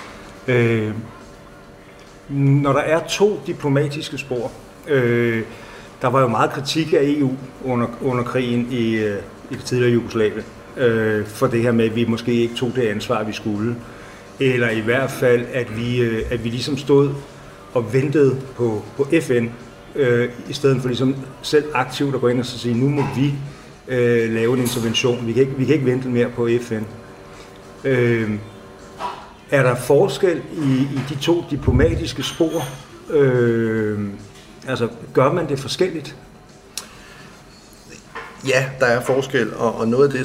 Når der er 2 diplomatiske spor, der var jo meget kritik af EU under krigen i det tidligere Jugoslavien, for det her med, at vi måske ikke tog det ansvar, vi skulle. Eller i hvert fald, at vi ligesom stod og ventede på FN, i stedet for ligesom selv aktivt at gå ind og sige, nu må vi lave en intervention. Vi kan ikke vente mere på FN. Er der forskel i de 2 diplomatiske spor? Altså, gør man det forskelligt? Ja, der er forskel, og noget af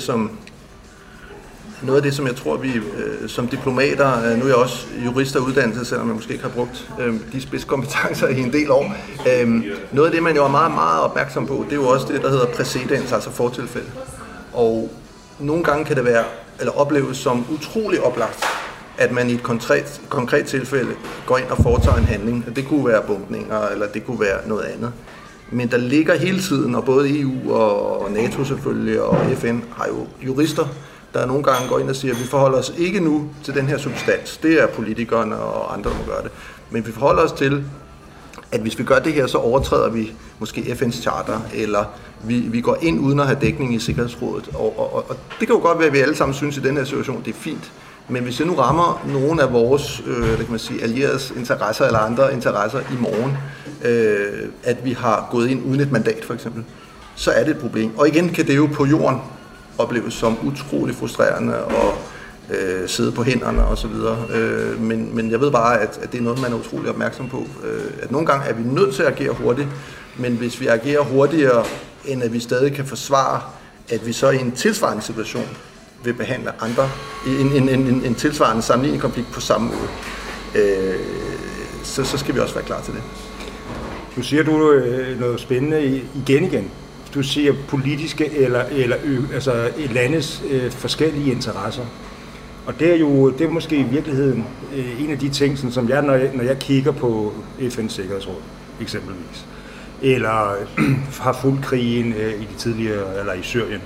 det, som jeg tror, vi som diplomater, nu er jeg også jurist af uddannelse, selvom jeg måske ikke har brugt de spidskompetencer i en del år. Noget af det, man jo er meget, meget opmærksom på, det er jo også det, der hedder præcedens, altså fortilfælde. Og nogle gange kan det være, eller opleves som utrolig oplagt, at man i et konkret tilfælde går ind og foretager en handling. Det kunne være bombninger, eller det kunne være noget andet. Men der ligger hele tiden, og både EU og NATO selvfølgelig, og FN har jo jurister, der nogle gange går ind og siger, at vi forholder os ikke nu til den her substans. Det er politikerne og andre, der må gøre det. Men vi forholder os til, at hvis vi gør det her, så overtræder vi måske FN's charter, eller vi går ind uden at have dækning i Sikkerhedsrådet. Og det kan jo godt være, at vi alle sammen synes i den her situation, det er fint. Men hvis jeg nu rammer nogle af vores allieredes interesser eller andre interesser i morgen, at vi har gået ind uden et mandat for eksempel, så er det et problem. Og igen kan det jo på jorden opleves som utrolig frustrerende og sidde på hænderne osv. Men jeg ved bare, at det er noget, man er utrolig opmærksom på. At nogle gange er vi nødt til at agere hurtigt, men hvis vi agerer hurtigere, end at vi stadig kan forsvare, at vi så i en tilsvarende situation vil behandle andre en tilsvarende sammenlignende konflikt på samme måde, så skal vi også være klar til det. Nu siger du noget spændende igen. Du siger politiske eller altså landes forskellige interesser. Og det er måske i virkeligheden en af de ting, sådan, som jeg, når jeg kigger på FN's Sikkerhedsråd eksempelvis, eller har fulgt krigen i de tidligere, eller i Syrien.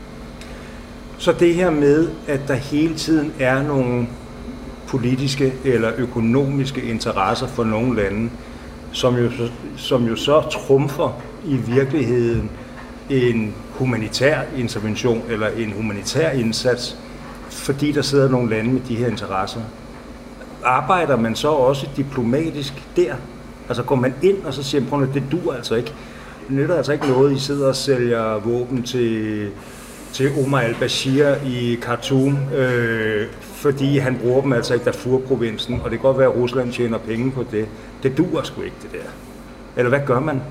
Så det her med, at der hele tiden er nogle politiske eller økonomiske interesser for nogle lande, som jo så trumfer i virkeligheden en humanitær intervention eller en humanitær indsats, fordi der sidder nogle lande med de her interesser. Arbejder man så også diplomatisk der? Altså går man ind og så siger man, det duer altså ikke. Det nytter altså ikke noget, I sidder og sælger våben til Omar al-Bashir i Khartoum, fordi han bruger dem altså i Darfur-provinsen, og det kan godt være, at Rusland tjener penge på det. Det duer sgu ikke, det der. Eller hvad gør man?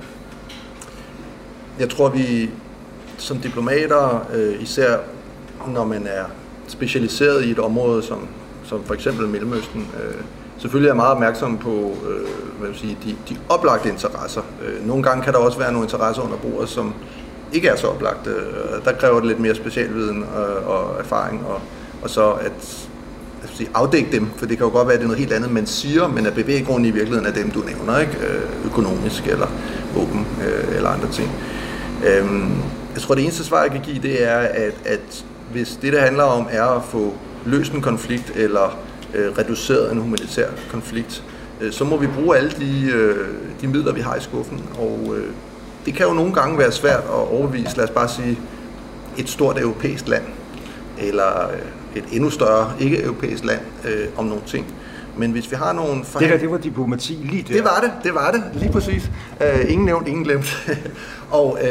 Jeg tror, vi som diplomater, især når man er specialiseret i et område som for eksempel Mellemøsten, selvfølgelig er meget opmærksom på de oplagte interesser. Nogle gange kan der også være nogle interesser under bordet, som ikke er så oplagte. Der kræver det lidt mere specialviden og erfaring, og så at afdække dem, for det kan jo godt være, at det er noget helt andet, man siger, men at bevæggrunden i virkeligheden er dem, du nævner, ikke? Økonomisk eller våben eller andre ting. Jeg tror, det eneste svar, jeg kan give, det er, at hvis det handler om, er at få løst en konflikt eller reduceret en humanitær konflikt, så må vi bruge alle de midler, vi har i skuffen. Og det kan jo nogle gange være svært at overbevise, lad os bare sige, et stort europæisk land, eller et endnu større ikke-europæisk land om nogle ting. Men hvis vi har nogle det var diplomati lige der. Det var det, lige præcis. Ingen nævnt, ingen glemt. Og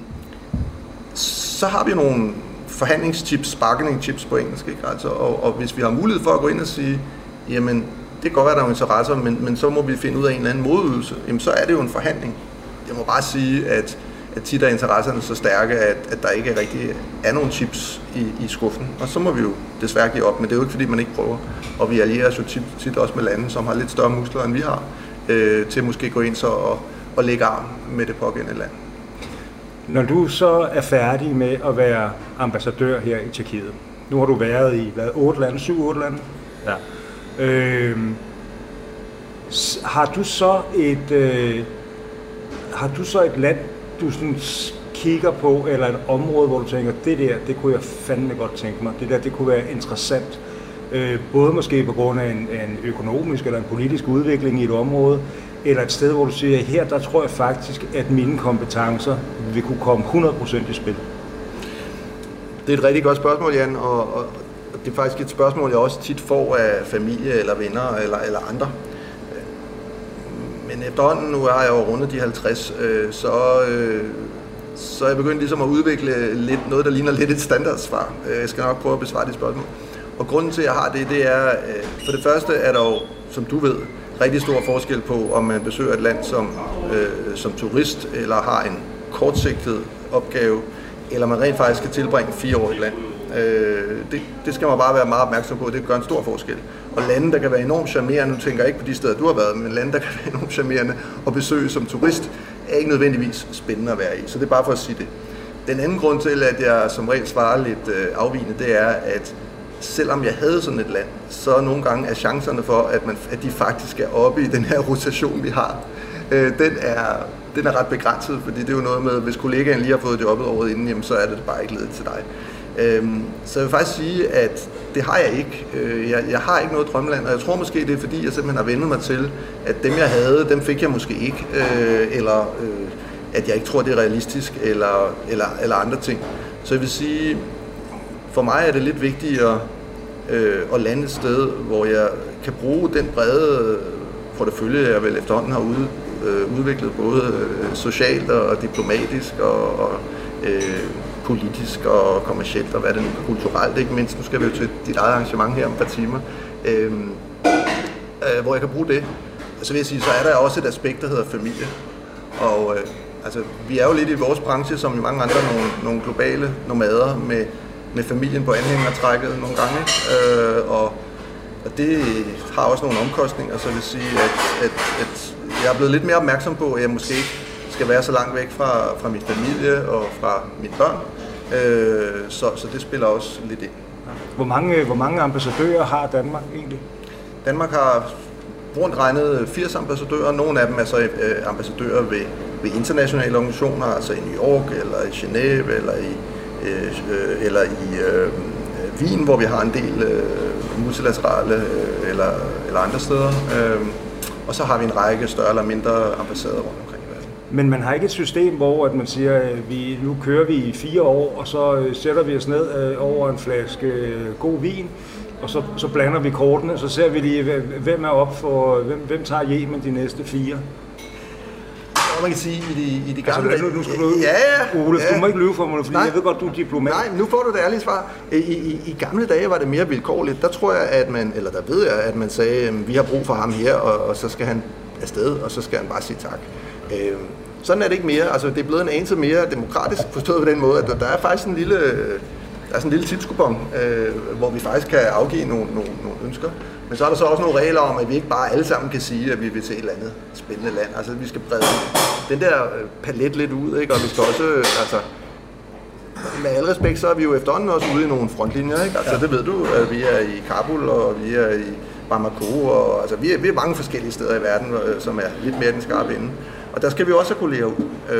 så har vi nogle forhandlingstips, bargaining tips på engelsk, ikke? Altså, og hvis vi har mulighed for at gå ind og sige, jamen, det kan godt være, der er interesser, men så må vi finde ud af en eller anden modydelse, jamen, så er det jo en forhandling. Jeg må bare sige, at tit er interesserne så stærke, at der ikke rigtig er nogen chips i skuffen. Og så må vi jo desværre give op, men det er jo ikke, fordi man ikke prøver. Og vi allierer os jo tit også med lande, som har lidt større muskler, end vi har, til måske gå ind så og lægge arm med det pågældende land. Når du så er færdig med at være ambassadør her i Tjekkiet, nu har du været i 7-8 lande? Ja. Har du så et land, du sådan kigger på, eller et område, hvor du tænker, det kunne jeg fandme godt tænke mig, det kunne være interessant, både måske på grund af en økonomisk eller en politisk udvikling i et område, eller et sted, hvor du siger, her der tror jeg faktisk, at mine kompetencer vil kunne komme 100% i spil? Det er et rigtig godt spørgsmål, Jan, og det er faktisk et spørgsmål, jeg også tit får af familie eller venner eller andre. Men efterhånden, nu har jeg jo rundet de 50, så er jeg begyndt ligesom at udvikle lidt noget, der ligner lidt et standardsvar. Jeg skal nok prøve at besvare de spørgsmål. Og grunden til, at jeg har det er, for det første er der jo, som du ved, rigtig stor forskel på, om man besøger et land som turist, eller har en kortsigtet opgave, eller man rent faktisk skal tilbringe 4 år i et land. Det skal man bare være meget opmærksom på, det gør en stor forskel. Og lande, der kan være enormt charmerende, nu tænker jeg ikke på de steder, du har været, men lande, der kan være enormt charmerende at besøge som turist, er ikke nødvendigvis spændende at være i. Så det er bare for at sige det. Den anden grund til, at jeg som regel svarer lidt afvigende, det er, at selvom jeg havde sådan et land, så nogle gange er chancerne for, at de faktisk er oppe i den her rotation, vi har, den er ret begrænset, fordi det er jo noget med, hvis kollegaen lige har fået jobbet året inden, jamen, så er det bare ikke ledet til dig. Så jeg vil faktisk sige, at det har jeg ikke. Jeg har ikke noget drømmeland, og jeg tror måske, det er fordi, jeg simpelthen har vendt mig til, at dem jeg havde, dem fik jeg måske ikke, eller at jeg ikke tror, det er realistisk, eller andre ting. Så jeg vil sige, for mig er det lidt vigtigere at lande et sted, hvor jeg kan bruge den brede portefølje, jeg vel efterhånden har udviklet, både socialt og diplomatisk og politisk og kommercielt og hvad det nu er, kulturelt, ikke mindst. Nu skal vi jo til dit eget arrangement her om et par timer, hvor jeg kan bruge det. Og så vil jeg sige, så er der også et aspekt, der hedder familie. Og altså, vi er jo lidt i vores branche, som i mange andre, nogle globale nomader med familien på anhængertrækket nogle gange. Og det har også nogle omkostninger, så jeg vil sige, at jeg er blevet lidt mere opmærksom på, at jeg måske ikke skal være så langt væk fra min familie og fra mine børn. Så det spiller også lidt ind. Hvor mange ambassadører har Danmark egentlig? Danmark har rundt regnet 80 ambassadører. Nogle af dem er så ambassadører ved internationale organisationer, altså i New York, eller i Genève, eller i Wien, hvor vi har en del multilaterale eller andre steder. Og så har vi en række større eller mindre ambassader rundt omkring i verden. Men man har ikke et system, hvor at man siger, at nu kører vi i 4 år, og så sætter vi os ned over en flaske god vin, og så blander vi kortene, så ser vi lige, hvem er op for, hvem tager Yemen de næste 4. Og man kan sige, i de gamle... Altså, nu skal du... Ole, du må ikke lyve for mig, fordi jeg ved godt, du er diplomat. Nej, nu får du det ærlige svar. I gamle dage var det mere vilkårligt. Der tror jeg, der ved jeg, at man sagde, at vi har brug for ham her, og så skal han afsted, og så skal han bare sige tak. Sådan er det ikke mere. Altså, det er blevet en anelse mere demokratisk forstået på den måde, at der er faktisk en lille tipskupon, hvor vi faktisk kan afgive nogle ønsker. Men så er der så også nogle regler om, at vi ikke bare alle sammen kan sige, at vi vil til et eller andet spændende land. Altså, vi skal brede den der palet lidt ud, ikke? Og vi skal også, altså, med al respekt, så er vi jo efterhånden også ude i nogle frontlinjer, ikke? Altså, det ved du, at vi er i Kabul, og vi er i Bamako, og altså, vi er mange forskellige steder i verden, som er lidt mere den skarpe ende. Og der skal vi også kunne lære ud.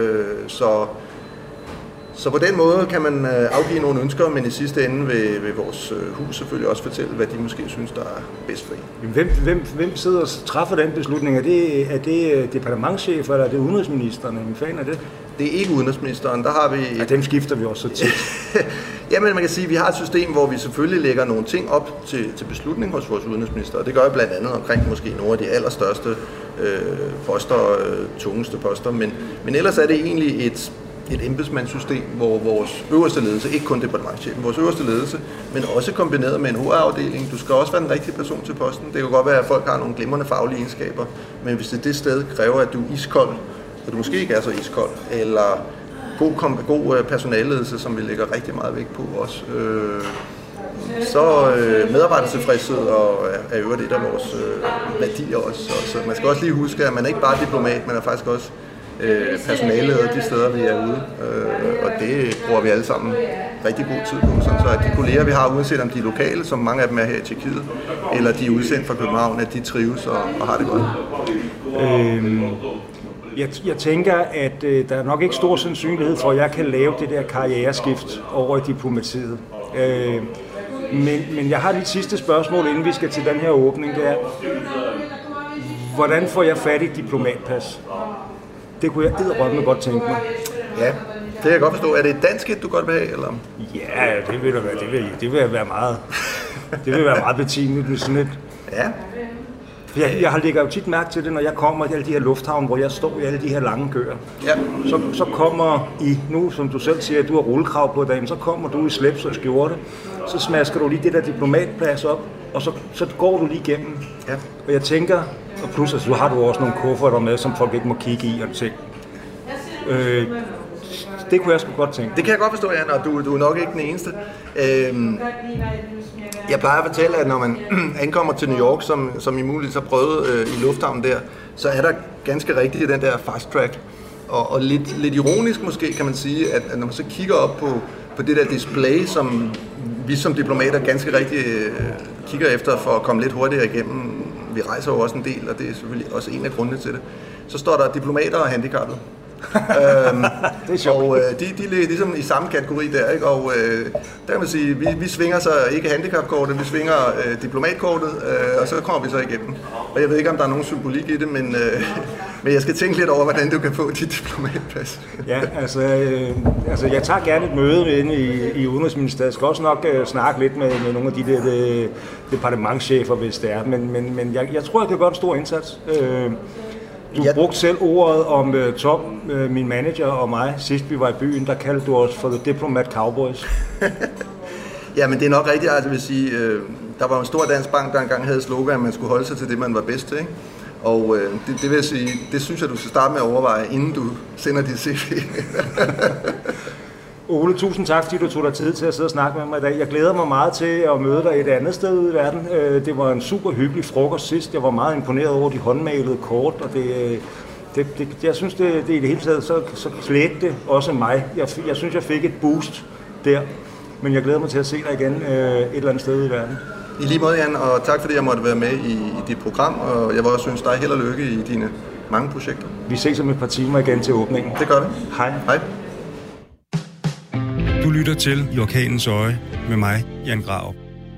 Så på den måde kan man afgive nogle ønsker, men i sidste ende vil vores hus selvfølgelig også fortælle, hvad de måske synes, der er bedst for en. Hvem sidder og træffer den beslutning? Er det departementschef, eller er det udenrigsministeren? Hvad fanden er det? Det er ikke udenrigsministeren. Der har vi... Ja, dem skifter vi også så tit. Jamen, man kan sige, at vi har et system, hvor vi selvfølgelig lægger nogle ting op til beslutning hos vores udenrigsminister. Og det gør jeg blandt andet omkring måske nogle af de allerstørste poster, tungeste poster. Men ellers er det egentlig et embedsmandssystem, hvor vores øverste ledelse, ikke kun departementschefen, vores øverste ledelse, men også kombineret med en HR-afdeling. Du skal også være den rigtige person til posten. Det kan godt være, at folk har nogle glimrende faglige egenskaber, men hvis det sted kræver, at du er iskold, og du måske ikke er så iskold, eller god personalledelse, som vi lægger rigtig meget vægt på også, så medarbejdertilfredshed og er øvrigt et af vores værdier også. Så man skal også lige huske, at man er ikke bare diplomat, man er faktisk også personaleleder de steder, vi er ude, og det bruger vi alle sammen rigtig god tid på, sådan så at de kolleger, vi har, uanset om de er lokale, som mange af dem er her i Tjekkiet, eller de er udsendt fra København, at de trives og har det godt. Jeg tænker, at der er nok ikke stor sandsynlighed for, at jeg kan lave det der karriereskift over i diplomatiet. Men jeg har lige et sidste spørgsmål, inden vi skal til den her åbning, det er, hvordan får jeg fat i et diplomatpas? Det kunne jeg edderrømme godt tænke mig. Ja, det kan jeg godt forstå. Er det et dansk et, du godt vil have, eller? Ja, det vil være meget. Det vil være meget betimeligt med sådan et. Ja. Jeg lægger jo tit mærke til det, når jeg kommer i alle de her lufthavne, hvor jeg står i alle de her lange køer. Ja. Så kommer I, nu som du selv siger, at du har rullekrav på dagen, så kommer du i slips og skjorte, så smasker du lige det der diplomatplads op, og så går du lige igennem. Ja. Og jeg tænker, og plus så har du også nogle kufferter med, som folk ikke må kigge i og ting. Det kunne jeg sgu godt tænke. Det kan jeg godt forstå, Jan, og du er nok ikke den eneste. Jeg plejer at fortælle, at når man ankommer til New York, som I muligt så prøvede i lufthavnen der, så er der ganske rigtigt den der fast track. Og lidt ironisk måske kan man sige, at når man så kigger op på det der display, som vi som diplomater ganske rigtigt kigger efter for at komme lidt hurtigere igennem. Vi rejser jo også en del, og det er selvfølgelig også en af grundene til det. Så står der diplomater og handicappede. Det er sjovt. Og de er ligesom i samme kategori der, ikke? Og der kan man sige, vi svinger så ikke handicapkortet, vi svinger diplomatkortet, og så kommer vi så igennem. Og jeg ved ikke, om der er nogen symbolik i det, men jeg skal tænke lidt over, hvordan du kan få dit diplomatpas. Ja, altså jeg tager gerne et møde inde i Udenrigsministeriet. Jeg skal også nok snakke lidt med nogle af de der departementschefer, hvis det er. Men jeg tror, jeg kan gøre en stor indsats. Du brugte selv ordet om Tom, min manager og mig, sidst vi var i byen, der kaldte du os for The Diplomat Cowboys. Ja, men det er nok rigtigt, altså vil sige, der var en stor dansk bank, der engang havde slogan, at man skulle holde sig til det, man var bedst til, ikke? Og det vil sige, det synes jeg, du skal starte med at overveje, inden du sender dit CV. Ole, tusind tak, fordi du tog dig tid til at sidde og snakke med mig i dag. Jeg glæder mig meget til at møde dig et andet sted ude i verden. Det var en super hyggelig frokost sidst. Jeg var meget imponeret over de håndmalede kort, og jeg synes, det i det hele taget, så klædte det også mig. Jeg synes, jeg fik et boost der, men jeg glæder mig til at se dig igen et eller andet sted ude i verden. I lige måde, Jan, og tak fordi jeg måtte være med i dit program, og jeg vil også synes dig held og lykke i dine mange projekter. Vi ses om et par timer igen til åbningen. Det gør vi. Hej. Hej. Du lytter til I orkanens øje med mig, Jan Grav.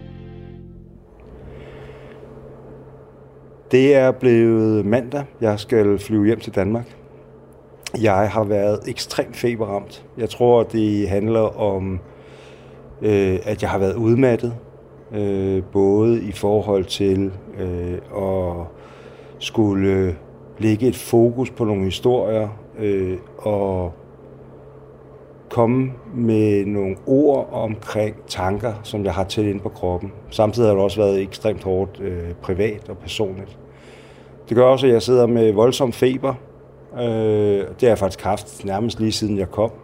Det er blevet mandag. Jeg skal flyve hjem til Danmark. Jeg har været ekstremt feberramt. Jeg tror, det handler om, at jeg har været udmattet. Både i forhold til at skulle lægge et fokus på nogle historier og komme med nogle ord omkring tanker, som jeg har tæt inde på kroppen. Samtidig har det også været ekstremt hårdt privat og personligt. Det gør også, at jeg sidder med voldsom feber. Det har jeg faktisk haft nærmest lige siden jeg kom.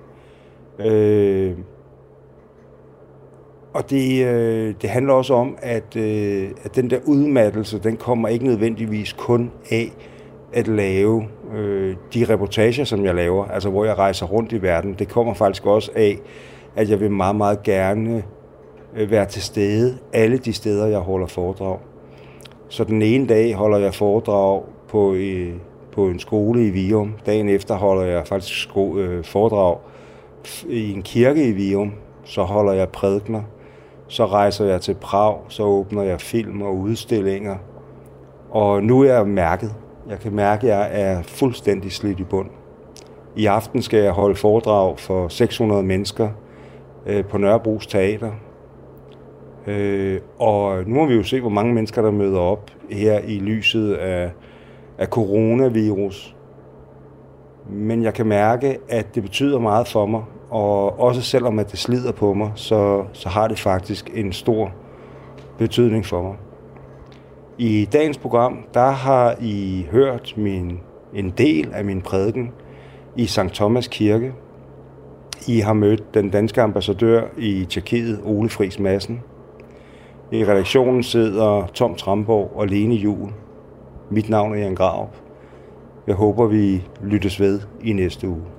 Og det handler også om, at den der udmattelse, den kommer ikke nødvendigvis kun af at lave de reportager, som jeg laver, altså hvor jeg rejser rundt i verden. Det kommer faktisk også af, at jeg vil meget, meget gerne være til stede alle de steder, jeg holder foredrag. Så den ene dag holder jeg foredrag på en skole i Virum. Dagen efter holder jeg faktisk foredrag i en kirke i Virum. Så holder jeg prædikener. Så rejser jeg til Prag, så åbner jeg film og udstillinger. Og nu er jeg mærket. Jeg kan mærke, at jeg er fuldstændig slidt i bund. I aften skal jeg holde foredrag for 600 mennesker på Nørrebros Teater. Og nu må vi jo se, hvor mange mennesker, der møder op her i lyset af coronavirus. Men jeg kan mærke, at det betyder meget for mig. Og også selvom at det slider på mig, så har det faktisk en stor betydning for mig. I dagens program, der har I hørt en del af min prædiken i Sankt Thomas Kirke. I har mødt den danske ambassadør i Tjekkiet, Ole Friis Madsen. I redaktionen sidder Tom Tramborg og Lene Juhl. Mit navn er Jan Grav. Jeg håber, vi lyttes ved i næste uge.